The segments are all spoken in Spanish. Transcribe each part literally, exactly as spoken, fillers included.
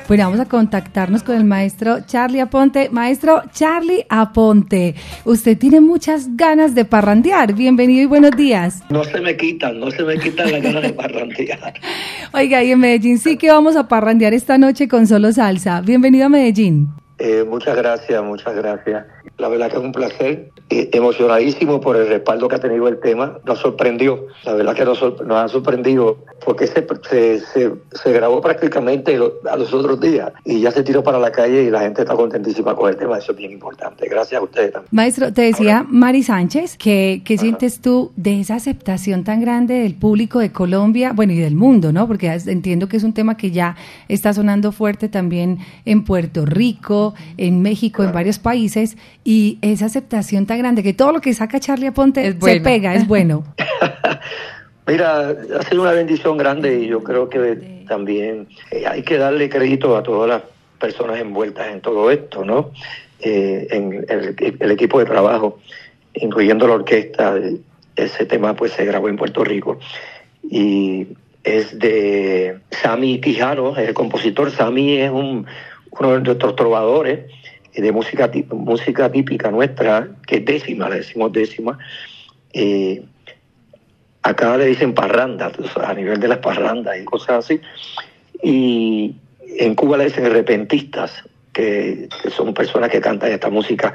Bueno, vamos a contactarnos con el maestro Charly Aponte. Maestro Charly Aponte, usted tiene muchas ganas de parrandear. Bienvenido y buenos días. No se me quitan, no se me quitan las ganas de parrandear. Oiga, y en Medellín sí que vamos a parrandear esta noche con Solo Salsa. Bienvenido a Medellín. Eh, muchas gracias, muchas gracias. La verdad que es un placer, eh, emocionadísimo por el respaldo que ha tenido el tema. Nos sorprendió, la verdad que nos, nos ha sorprendido porque se, se, se, se grabó prácticamente lo, a los otros días y ya se tiró para la calle y la gente está contentísima con el tema. Eso es bien importante. Gracias a ustedes también. Maestro, te decía Ahora, Mari Sánchez, que, ¿qué sientes tú de esa aceptación tan grande del público de Colombia, bueno, y del mundo, ¿no? Porque entiendo que es un tema que ya está sonando fuerte también en Puerto Rico, en México, claro, en varios países, y esa aceptación tan grande, que todo lo que saca Charly Aponte es bueno. Se pega, es bueno. Mira, ha sido una bendición grande y yo creo que también eh, hay que darle crédito a todas las personas envueltas en todo esto, ¿no? Eh, en el, el equipo de trabajo, incluyendo la orquesta. Ese tema pues se grabó en Puerto Rico y es de Sammy Quijano, el compositor. Sammy es un, uno de nuestros trovadores de música, música típica nuestra, que es décima, le decimos décima. Eh, acá le dicen parranda, a nivel de las parrandas y cosas así. Y en Cuba le dicen repentistas, que, que son personas que cantan esta música.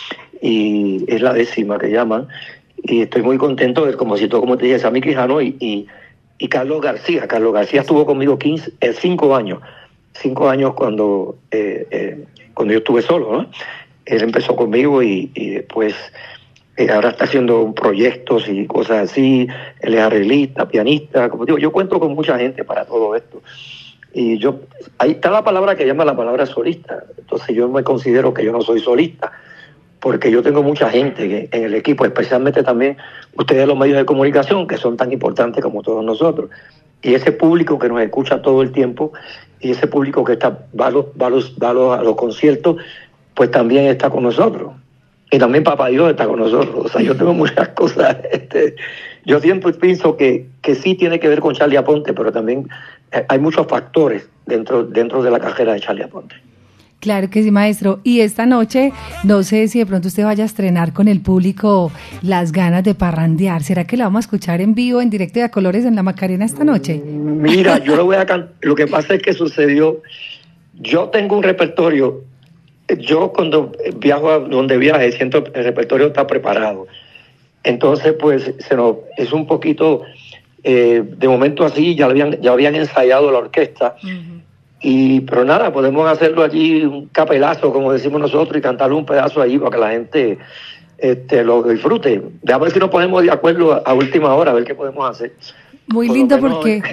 Y es la décima que llaman. Y estoy muy contento del compositor, como te dije, Sammy Quijano y, y, y Carlos García. Carlos García estuvo conmigo quince, eh, cinco años. Cinco años cuando... Eh, eh, cuando yo estuve solo, ¿no? Él empezó conmigo y, y después eh, ahora está haciendo proyectos y cosas así. Él es arreglista, pianista, como digo, yo cuento con mucha gente para todo esto. Y yo, ahí está la palabra que llama la palabra solista. Entonces yo me considero que yo no soy solista, porque yo tengo mucha gente que, en el equipo, especialmente también ustedes los medios de comunicación, que son tan importantes como todos nosotros. Y ese público que nos escucha todo el tiempo, y ese público que está va a los, va a los, va a los, a los conciertos, pues también está con nosotros. Y también Papá Dios está con nosotros. O sea, yo tengo muchas cosas. Este, yo siempre pienso que, que sí tiene que ver con Charly Aponte, pero también hay muchos factores dentro, dentro de la carrera de Charly Aponte. Claro que sí, maestro. Y esta noche, no sé si de pronto usted vaya a estrenar con el público Las Ganas de Parrandear. ¿Será que la vamos a escuchar en vivo, en directo y a colores en la Macarena esta noche? Mira, yo lo voy a cantar. Lo que pasa es que sucedió, yo tengo un repertorio. Yo cuando viajo a donde viaje, siento el repertorio está preparado. Entonces, pues, se nos, es un poquito, eh, de momento así, ya habían, ya habían ensayado la orquesta. Uh-huh. Y, pero nada, podemos hacerlo allí un capelazo, como decimos nosotros, y cantarle un pedazo allí para que la gente este, lo disfrute. A ver si nos ponemos de acuerdo a última hora, a ver qué podemos hacer. Muy Por lindo menos, porque...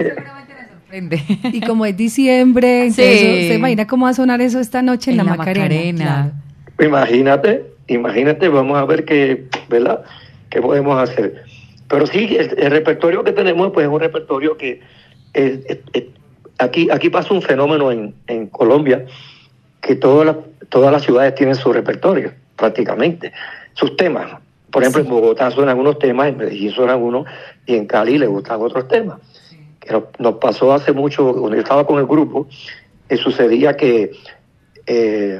Y como es diciembre, sí. Entonces, ¿se imagina cómo va a sonar eso esta noche en, en la, la Macarena? Macarena. Claro. Imagínate, imagínate, vamos a ver qué, ¿verdad? qué podemos hacer. Pero sí, el, el repertorio que tenemos pues es un repertorio que... Es, es, es, Aquí, aquí pasa un fenómeno en, en Colombia, que todas las, todas las ciudades tienen su repertorio, prácticamente, sus temas. Por ejemplo, sí. En Bogotá suenan unos temas, en Medellín suenan unos, y en Cali le gustan otros temas. Sí. Que nos, nos pasó hace mucho, cuando yo estaba con el grupo, eh, sucedía que eh,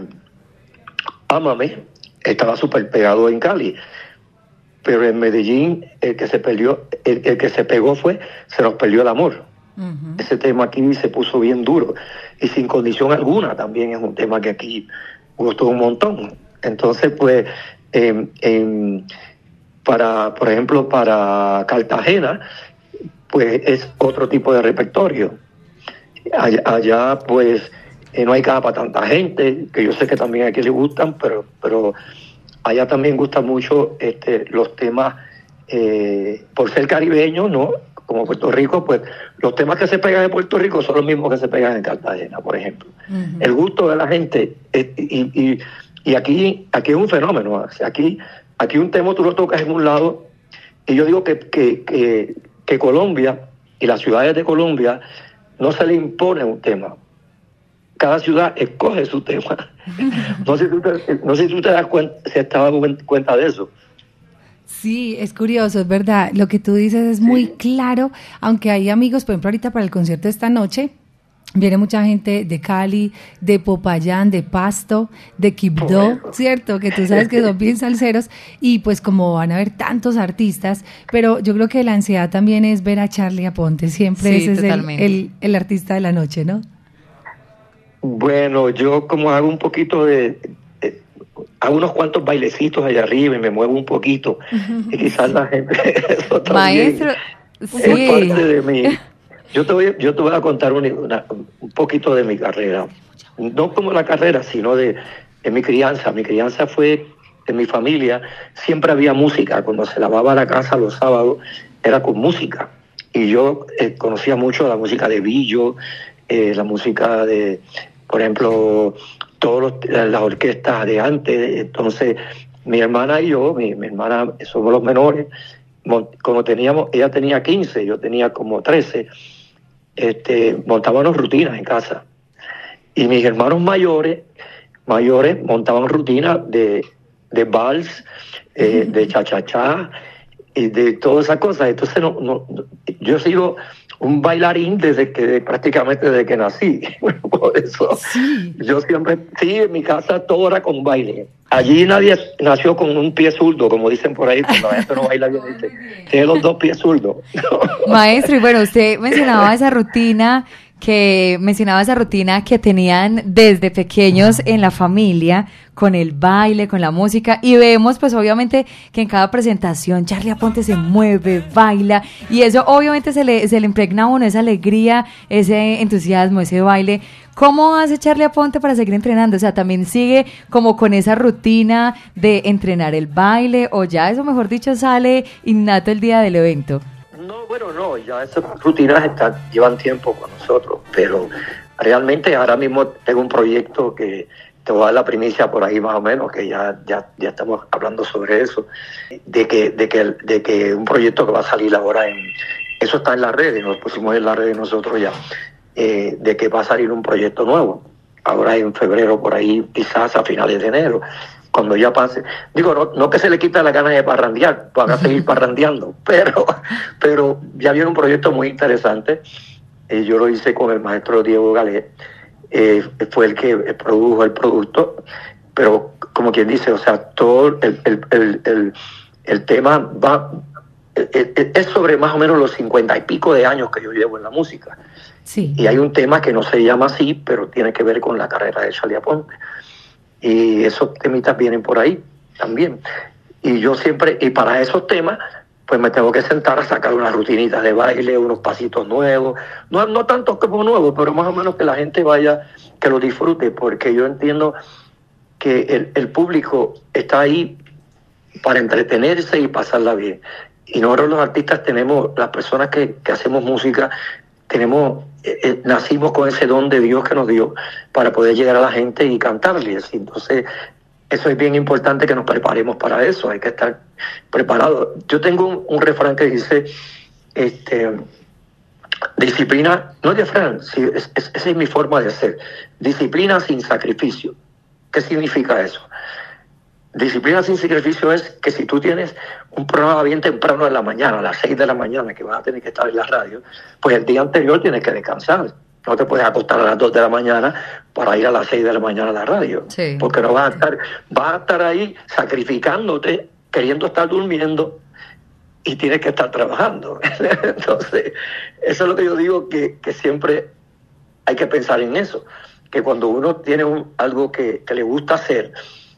Ámame estaba súper pegado en Cali, pero en Medellín el que se perdió, el, el que se pegó fue Se nos perdió el amor. Uh-huh. Ese tema aquí se puso bien duro y Sin condición alguna también es un tema que aquí gustó un montón. Entonces pues eh, eh, para por ejemplo para Cartagena pues es otro tipo de repertorio. Allá, allá pues eh, no hay casa para tanta gente, que yo sé que también aquí les gustan, pero pero allá también gustan mucho este, los temas eh, por ser caribeños, ¿no? Como Puerto Rico, pues los temas que se pegan en Puerto Rico son los mismos que se pegan en Cartagena, por ejemplo. Uh-huh. El gusto de la gente, es, y, y, y aquí, aquí es un fenómeno. O sea, aquí, aquí un tema tú lo tocas en un lado, y yo digo que, que, que, que Colombia y las ciudades de Colombia no se le impone un tema. Cada ciudad escoge su tema. Uh-huh. No sé si tú te, no sé si tú te das cuenta, se estaba dando cuenta de eso. Sí, es curioso, es verdad. Lo que tú dices es muy claro, aunque hay amigos, por ejemplo, ahorita para el concierto de esta noche, Viene mucha gente de Cali, de Popayán, de Pasto, de Quibdó, bueno. ¿Cierto? Que tú sabes que son bien salseros y pues como van a haber tantos artistas, pero yo creo que la ansiedad también es ver a Charly Aponte, siempre sí, ese totalmente. es el, el, el artista de la noche, ¿no? Bueno, yo como hago un poquito de, de hago unos cuantos bailecitos allá arriba y me muevo un poquito, y quizás la gente, eso también Maestro, es sí. parte de mí. Yo te voy, yo te voy a contar un, una, un poquito de mi carrera. No como la carrera, sino de, de mi crianza. Mi crianza fue en mi familia. Siempre había música. Cuando se lavaba la casa los sábados, era con música. Y yo eh, conocía mucho la música de Billo, eh, la música de, por ejemplo, todas las orquestas de antes. Entonces, mi hermana y yo, mi, mi hermana, somos los menores, como teníamos, ella tenía quince, yo tenía como trece, Este, montábamos rutinas en casa y mis hermanos mayores mayores montaban rutinas de, de vals, eh, de cha-cha-cha y de todas esas cosas. Entonces no, no, yo he sido un bailarín desde que prácticamente desde que nací. Por eso sí. Yo siempre, sí, en mi casa todo era con baile. Allí nadie nació con un pie zurdo, como dicen por ahí, cuando la gente no baila bien, dice, tiene los dos pies zurdos. Maestro, y bueno, usted mencionaba esa rutina que mencionaba esa rutina que tenían desde pequeños en la familia, con el baile, con la música, y vemos pues obviamente que en cada presentación Charly Aponte se mueve, baila, y eso obviamente se le, se le impregna a uno esa alegría, ese entusiasmo, ese baile. ¿Cómo hace Charly Aponte para seguir entrenando? O sea, ¿también sigue como con esa rutina de entrenar el baile, o ya eso, mejor dicho, sale innato el día del evento? No, bueno, no, ya esas rutinas están, llevan tiempo con nosotros, pero realmente ahora mismo tengo un proyecto que te voy a dar la primicia por ahí más o menos, que ya ya ya estamos hablando sobre eso, de que de que de que un proyecto que va a salir ahora en, eso está en las redes, nos pusimos en las redes nosotros ya, eh, de que va a salir un proyecto nuevo, ahora en febrero por ahí, quizás a finales de enero. Cuando ya pase, digo, no, no que se le quita la gana de parrandear, van a seguir parrandeando, pero, pero ya viene un proyecto muy interesante. Eh, yo lo hice con el maestro Diego Galet, eh, fue el que produjo el producto, pero como quien dice, o sea, todo el, el, el, el, el tema va, es, es sobre más o menos los cincuenta y pico de años que yo llevo en la música. Sí. Y hay un tema que no se llama así, pero tiene que ver con la carrera de Charly Aponte. Y esos temitas vienen por ahí también. Y yo siempre, y para esos temas, pues me tengo que sentar a sacar unas rutinitas de baile, unos pasitos nuevos. No, no tantos como nuevos, pero más o menos que la gente vaya, que lo disfrute, porque yo entiendo que el, el público está ahí para entretenerse y pasarla bien. Y nosotros los artistas tenemos, las personas que, que hacemos música, tenemos... Eh, nacimos con ese don de Dios que nos dio para poder llegar a la gente y cantarles. Entonces, eso es bien importante que nos preparemos para eso, hay que estar preparados. Yo tengo un, un refrán que dice, este, disciplina, no es refrán, sí, es, es, esa es mi forma de ser, disciplina sin sacrificio. ¿Qué significa eso? Disciplina sin sacrificio es que si tú tienes un programa bien temprano en la mañana, a las seis de la mañana, que vas a tener que estar en la radio, pues el día anterior tienes que descansar. No te puedes acostar a las dos de la mañana para ir a las seis de la mañana a la radio. Sí. Porque no vas a estar, vas a estar ahí sacrificándote, queriendo estar durmiendo y tienes que estar trabajando. Entonces, eso es lo que yo digo, que, que siempre hay que pensar en eso. Que cuando uno tiene un, algo que, que le gusta hacer,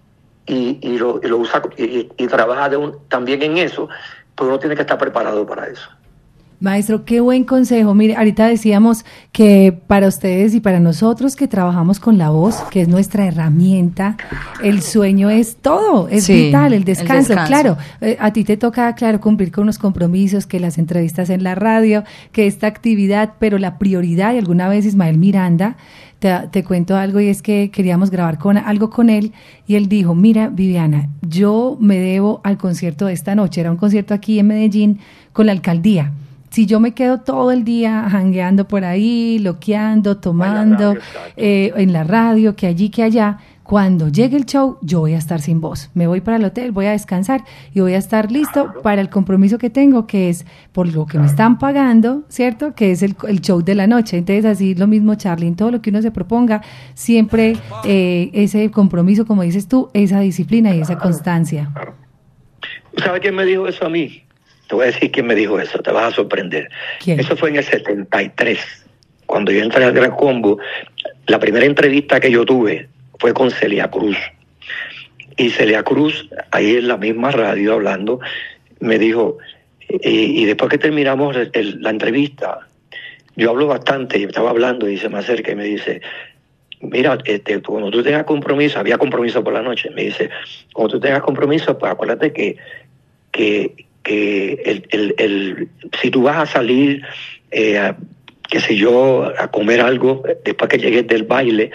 Y, y, lo, y lo usa y, y trabaja de un, también en eso, pues uno tiene que estar preparado para eso. Maestro, qué buen consejo. Mire, ahorita decíamos que para ustedes y para nosotros que trabajamos con la voz, que es nuestra herramienta, el sueño es todo, es sí, vital, el descanso. el descanso. Claro, eh, a ti te toca, claro, cumplir con unos compromisos, que las entrevistas en la radio, que esta actividad, pero la prioridad, y alguna vez Ismael Miranda, te, te cuento algo, y es que queríamos grabar con algo con él, y él dijo, mira, Viviana, yo me debo al concierto de esta noche, era un concierto aquí en Medellín con la alcaldía. Si yo me quedo todo el día jangueando por ahí, loqueando, tomando, en la radio, eh, en la radio, que allí, que allá, cuando llegue el show, yo voy a estar sin voz. Me voy para el hotel, voy a descansar y voy a estar listo Claro. para el compromiso que tengo, que es por lo que Claro. me están pagando, ¿cierto? Que es el, el show de la noche. Entonces, así lo mismo, Charly, en todo lo que uno se proponga, siempre eh, ese compromiso, como dices tú, esa disciplina y esa constancia. Claro. ¿Sabes quién me dijo eso a mí? Te voy a decir quién me dijo eso, te vas a sorprender. ¿Quién? Eso fue en el setenta y tres, cuando yo entré al Gran Combo. La primera entrevista que yo tuve fue con Celia Cruz. Y Celia Cruz, ahí en la misma radio hablando, me dijo, y, y después que terminamos el, el, la entrevista, yo hablo bastante, yo estaba hablando y se me acerca y me dice, mira, este, cuando tú tengas compromiso, había compromiso por la noche, me dice, cuando tú tengas compromiso, pues acuérdate que, que, que el, el, el, si tú vas a salir, eh, a, qué sé yo, a comer algo, después que llegues del baile,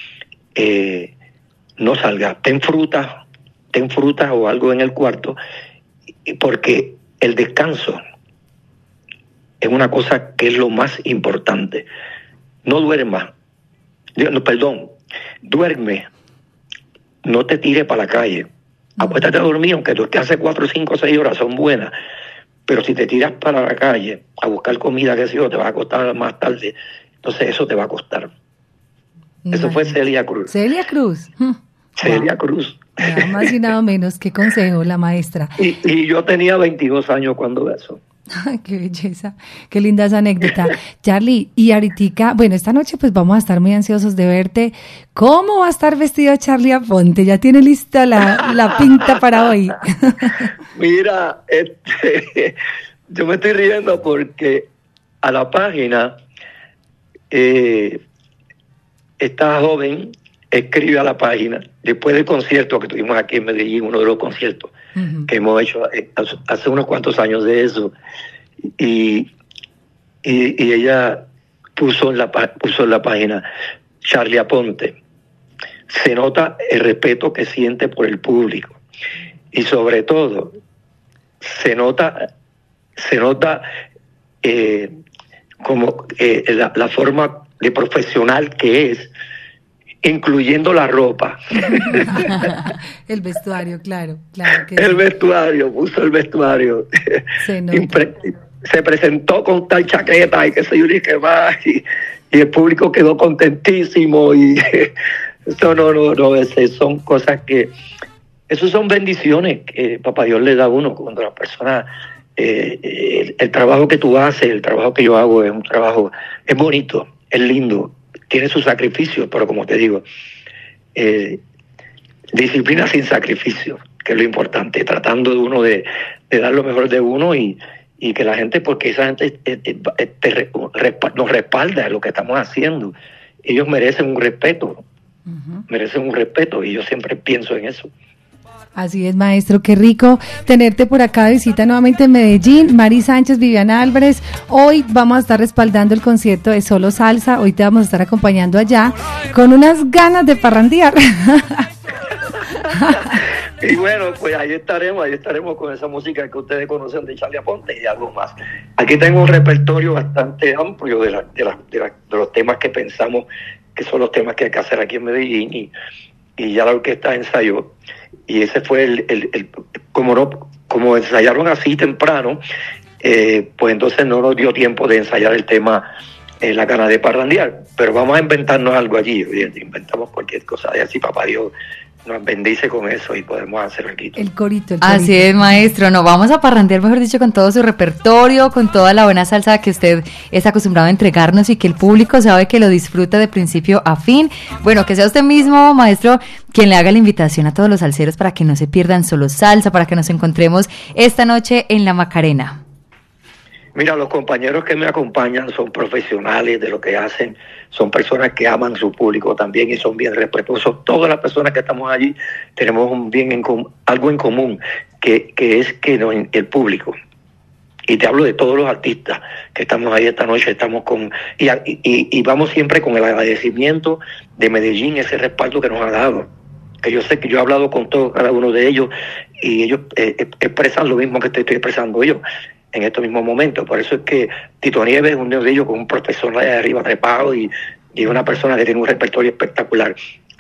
eh, no salgas, ten fruta, ten fruta o algo en el cuarto, porque el descanso es una cosa que es lo más importante. No duermas, no, perdón, duerme, no te tires para la calle, acuéstate a dormir, aunque tú hace cuatro, cinco, seis horas son buenas, pero si te tiras para la calle a buscar comida, que sé yo, te va a costar más tarde, entonces eso te va a costar. Eso fue Celia Cruz. Celia Cruz. Celia Cruz. Nada más y nada menos. Qué consejo, la maestra. Y, y yo tenía veintidós años cuando eso. Qué belleza, qué linda esa anécdota. Charly, y ahorita, bueno, esta noche pues vamos a estar muy ansiosos de verte. ¿Cómo va a estar vestido Charly Aponte? ¿Ya tiene lista la, la pinta para hoy? Mira, este, yo me estoy riendo porque a la página, eh, esta joven escribe a la página, después del concierto que tuvimos aquí en Medellín, uno de los conciertos uh-huh. que hemos hecho hace unos cuantos años de eso, y, y, y ella puso en, la, puso en la página, Charly Aponte, se nota el respeto que siente por el público, y sobre todo, se nota, se nota eh, como eh, la, la forma de profesional que es, incluyendo la ropa. El vestuario, claro, claro que el sí. vestuario, puso el vestuario. Se nota. Impre- se presentó con tal chaqueta y qué sé yo, y qué más, y, y el público quedó contentísimo, y eso no, no, no, ese son cosas que, eso son bendiciones que Papá Dios le da a uno cuando la persona, eh, el, el trabajo que tú haces, el trabajo que yo hago es un trabajo, es bonito, es lindo, tiene su sacrificio, pero como te digo, eh, disciplina sin sacrificio, que es lo importante, tratando de uno de, de dar lo mejor de uno y, y que la gente, porque esa gente eh, eh, te, nos respalda en lo que estamos haciendo. Ellos merecen un respeto, uh-huh. merecen un respeto y yo siempre pienso en eso. Así es, maestro, qué rico tenerte por acá de visita nuevamente en Medellín. Mari Sánchez, Viviana Álvarez, hoy vamos a estar respaldando el concierto de Solo Salsa, hoy te vamos a estar acompañando allá con unas ganas de parrandear. Y bueno, pues ahí estaremos, ahí estaremos con esa música que ustedes conocen de Charly Aponte y algo más. Aquí tengo un repertorio bastante amplio de, la, de, la, de, la, de los temas que pensamos que son los temas que hay que hacer aquí en Medellín, y, y ya la orquesta ensayó. Y ese fue el, el, el como no, como ensayaron así temprano, eh, pues entonces no nos dio tiempo de ensayar el tema eh, La Gana de Parrandear, pero vamos a inventarnos algo allí, ¿sí? Inventamos cualquier cosa, y así Papá Dios nos bendice con eso y podemos hacer el grito. El corito, el corito. Así es, maestro, nos vamos a parrandear, mejor dicho, con todo su repertorio, con toda la buena salsa que usted está acostumbrado a entregarnos y que el público sabe que lo disfruta de principio a fin. Bueno, que sea usted mismo, maestro, quien le haga la invitación a todos los salseros para que no se pierdan Solo Salsa, para que nos encontremos esta noche en La Macarena. Mira, los compañeros que me acompañan son profesionales de lo que hacen, son personas que aman su público también y son bien respetuosos. Todas las personas que estamos allí tenemos un bien en com- algo en común, que, que es que nos, el público. Y te hablo de todos los artistas que estamos ahí esta noche, estamos con y, y, y vamos siempre con el agradecimiento de Medellín, ese respaldo que nos ha dado. Que yo sé que yo he hablado con todos, cada uno de ellos, y ellos eh, expresan lo mismo que te estoy expresando yo en estos mismos momentos. Por eso es que Tito Nieves es uno de ellos, con un profesor de arriba trepado, y, y una persona que tiene un repertorio espectacular.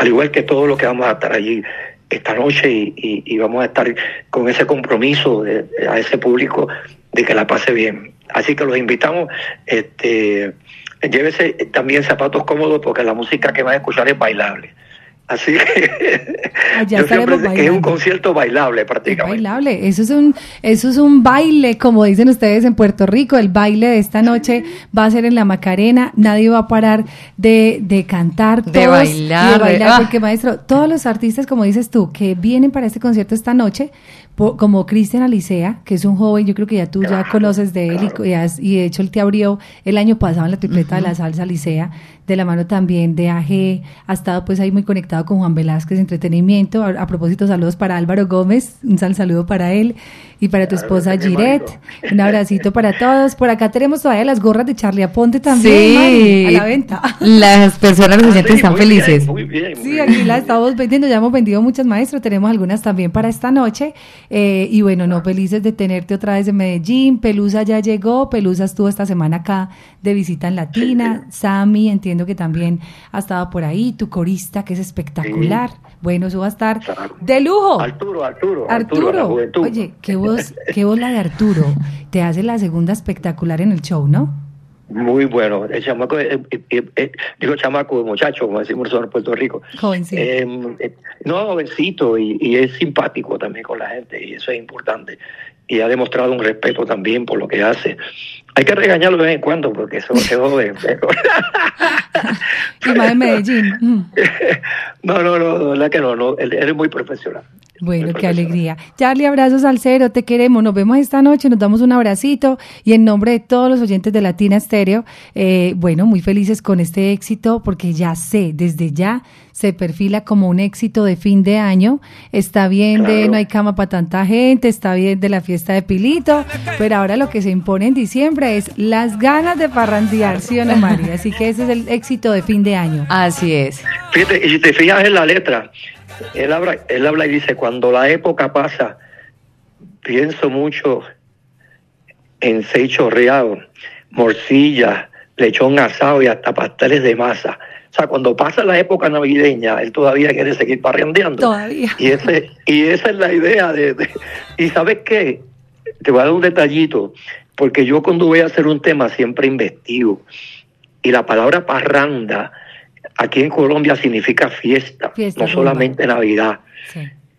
al igual que todo lo que vamos a estar allí esta noche y, y, y vamos a estar con ese compromiso de, de, a ese público de que la pase bien. Así que los invitamos, este, llévese también zapatos cómodos porque la música que van a escuchar es bailable. Así que Allá yo siempre bailando. que es un concierto bailable prácticamente. Es bailable, eso es un eso es un baile, como dicen ustedes en Puerto Rico. El baile de esta noche va a ser en la Macarena, nadie va a parar de, de cantar, de todos, bailar, y de bailar ah. porque maestro, todos los artistas, como dices tú, que vienen para este concierto esta noche, po, como Cristian Alicea, que es un joven, yo creo que ya tú Claro, ya conoces de él, claro. y, y, has- y de hecho él te abrió el año pasado en la tripleta Ujú. de la salsa Alicea, de la mano también de A G, ha estado pues ahí muy conectado con Juan Velázquez Entretenimiento. A, a propósito, saludos para Álvaro Gómez, un sal saludo para él y para tu Claro, esposa ese Giret, marido. un abracito para todos. Por acá tenemos todavía las gorras de Charlie Aponte también, Sí, Mari, a la venta. las personas Ah, oyentes sí, están muy felices. Bien, muy bien, muy Sí, bien. aquí la estamos vendiendo, ya hemos vendido muchas, maestro, tenemos algunas también para esta noche, eh, y bueno, no, felices de tenerte otra vez en Medellín. Pelusa ya llegó, Pelusa estuvo esta semana acá de visita en Latina, Sammy, entiendo que también ha estado por ahí, tu corista, que es espectacular, bueno, eso va a estar Claro. de lujo. Arturo, Arturo, Arturo, la Arturo, juventud. oye, qué voz, qué voz la de Arturo, te hace la segunda espectacular en el show, ¿no? Muy bueno. El chamaco, eh, eh, eh, eh, digo chamaco, muchacho, como decimos nosotros en Puerto Rico. Jovencito. Eh, eh, no, jovencito y, y es simpático también con la gente y eso es importante. Y ha demostrado un respeto también por lo que hace. Hay que regañarlo de vez en cuando porque eso es joven. Pero... Y más en Medellín. Mm. no, no, no, de verdad que no, no él, él es muy profesional. Bueno, Muy qué profesional. alegría. Charlie, abrazos al cero, te queremos. Nos vemos esta noche, nos damos un abracito y en nombre de todos los oyentes de Latina Estéreo, eh, bueno, muy felices con este éxito porque ya sé, desde ya se perfila como un éxito de fin de año. Está bien de Claro. no hay cama para tanta gente, está bien de la fiesta de Pilito, pero ahora lo que se impone en diciembre es las ganas de parrandear, ¿sí o no, María? Así que ese es el éxito de fin de año. Así es. Fíjate, y si te fijas en la letra, él habla, él habla y dice, cuando la época pasa, pienso mucho en seis chorreados, morcilla, lechón asado y hasta pasteles de masa. O sea, cuando pasa la época navideña, él todavía quiere seguir parrandeando. Todavía. Y, ese, y esa es la idea. de, de Y ¿sabes qué? Te voy a dar un detallito, porque yo cuando voy a hacer un tema siempre investigo. Y la palabra parranda aquí en Colombia significa fiesta, Fiesta, no rumba. solamente Navidad. Sí.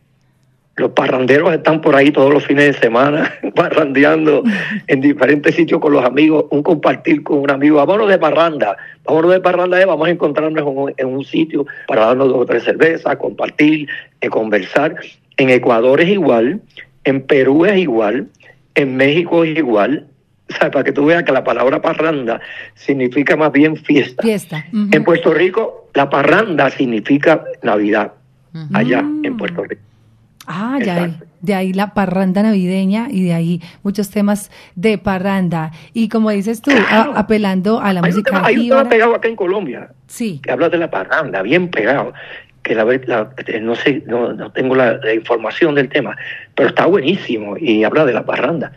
Los parranderos están por ahí todos los fines de semana, parrandeando en diferentes sitios con los amigos, un compartir con un amigo, vámonos de parranda, vámonos de parranda, eh, vamos a encontrarnos en un, en un sitio para darnos dos o tres cervezas, compartir, eh, conversar. En Ecuador es igual, en Perú es igual, en México es igual. O sea, para que tú veas que la palabra parranda significa más bien fiesta. Fiesta. Ujú. En Puerto Rico, la parranda significa Navidad, Ujú. allá Mm. en Puerto Rico. Ah, ya ahí, Exacto. de ahí la parranda navideña y de ahí muchos temas de parranda. Y como dices tú, a- Claro. apelando a la Hay un música tema, hay un tema jíbara. pegado acá en Colombia Sí, que habla de la parranda, bien pegado. Que la, la- no sé, no, no tengo la, la información del tema, pero está buenísimo y habla de la parranda.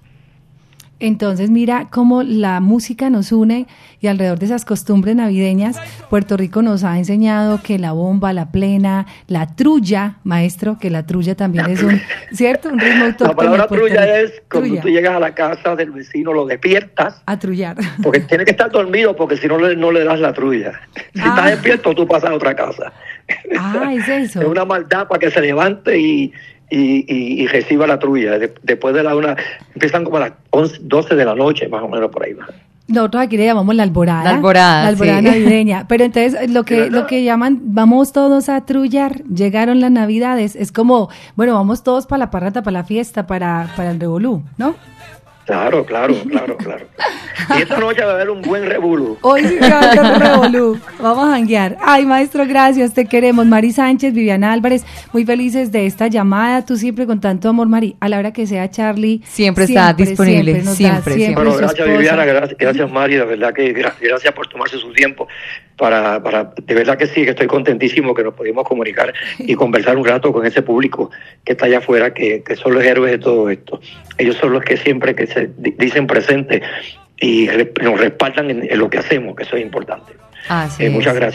entonces mira cómo la música nos une y alrededor de esas costumbres navideñas, Puerto Rico nos ha enseñado que la bomba, la plena, la trulla, maestro, que la trulla también es un, ¿cierto? Un ritmo autóctono. La palabra de Puerto trulla Rico. es cuando Trulla, tú llegas a la casa del vecino, lo despiertas, a trullar. porque tiene que estar dormido, porque si no le, no le das la trulla. Si Ah. estás despierto, tú pasas a otra casa. Ah, es eso. Es una maldad para que se levante y, y, y, y reciba la trulla. De- después de la una, empiezan como a las once, doce de la noche, más o menos por ahí. Nosotros aquí le llamamos la alborada. La alborada, La alborada sí. navideña. Pero entonces lo que, ¿verdad? lo que llaman, vamos todos a trullar, llegaron las navidades, es como, bueno, vamos todos para la parrata, para la fiesta, para, para el revolú, ¿no? Claro, claro, claro, claro. Y esta noche va a haber un buen revolú. Hoy sí que va a ser un revolú. Vamos a janguear. Ay, maestro, gracias, te queremos. Mari Sánchez, Viviana Álvarez, muy felices de esta llamada. Tú siempre con tanto amor, Mari. A la hora que sea, Charlie. Siempre está disponible, nos da siempre, siempre. Bueno, su gracias esposa. Viviana, gracias, gracias Mari, de verdad que gra- gracias por tomarse su tiempo para, para, de verdad que sí, que estoy contentísimo que nos pudimos comunicar y conversar un rato con ese público que está allá afuera, que, que son los héroes de todo esto. Ellos son los que siempre que se di- dicen presente y re- nos respaldan en, en lo que hacemos, que eso es importante. Así Eh, es. muchas gracias.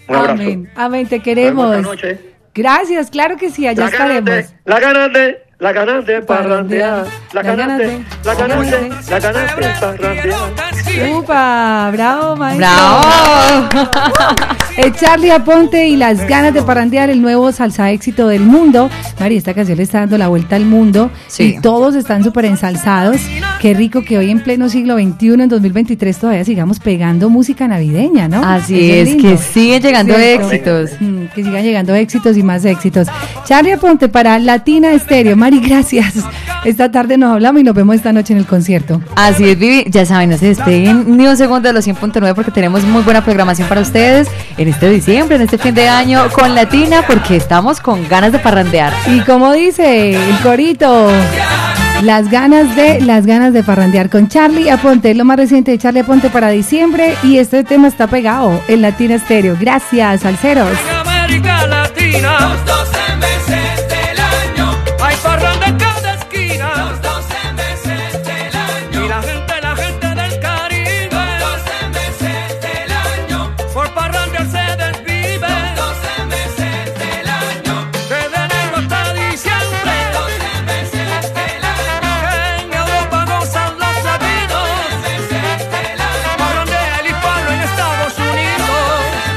Un abrazo. Amén, amén, te queremos. Buenas noches. Gracias, claro que sí, allá La ganas estaremos. de, la ganas de, la ganas de parrandear, la ganas de, la ganas de, la ganas de parrandear. ¡Upa! ¡Bravo, maestro! ¡Bravo! Es Charly Aponte y las ganas de parrandear, el nuevo salsa éxito del mundo. Mari, esta canción le está dando la vuelta al mundo. Sí. Y todos están súper ensalzados. Qué rico que hoy en pleno siglo veintiuno, en dos mil veintitrés, todavía sigamos pegando música navideña, ¿no? Así Eso es, lindo. que siguen llegando Cierto. éxitos. Mm, que sigan llegando éxitos y más éxitos. Charly Aponte para Latina Estéreo. Mari, gracias. Esta tarde nos hablamos y nos vemos esta noche en el concierto. Así es, Vivi. Ya saben, no se despeguen ni un segundo de los cien punto nueve porque tenemos muy buena programación para ustedes en este diciembre, en este fin de año con Latina, porque estamos con ganas de parrandear. Y como dice el corito, las ganas de, las ganas de parrandear con Charly Aponte, es lo más reciente de Charly Aponte para diciembre y este tema está pegado en Latina Estéreo. Gracias, salseros. En América Latina, los doce meses del año, hay parranda en cada esquina, los doce meses del año, y la gente, la gente del Caribe, los doce meses del año, por parrandear se desvive, los doce meses del año, desde enero hasta diciembre, los doce meses del año, en Europa gozan los latinos, los doce meses del año, parrandea el hispano en Estados Unidos,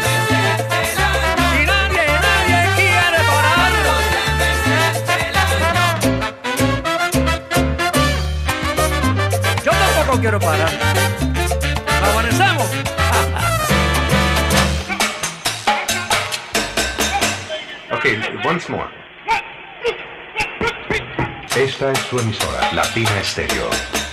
y nadie, nadie quiere parar. Yo tampoco quiero parar. Amanecemos. Okay, once more. Esta es su emisora, Latina Estéreo.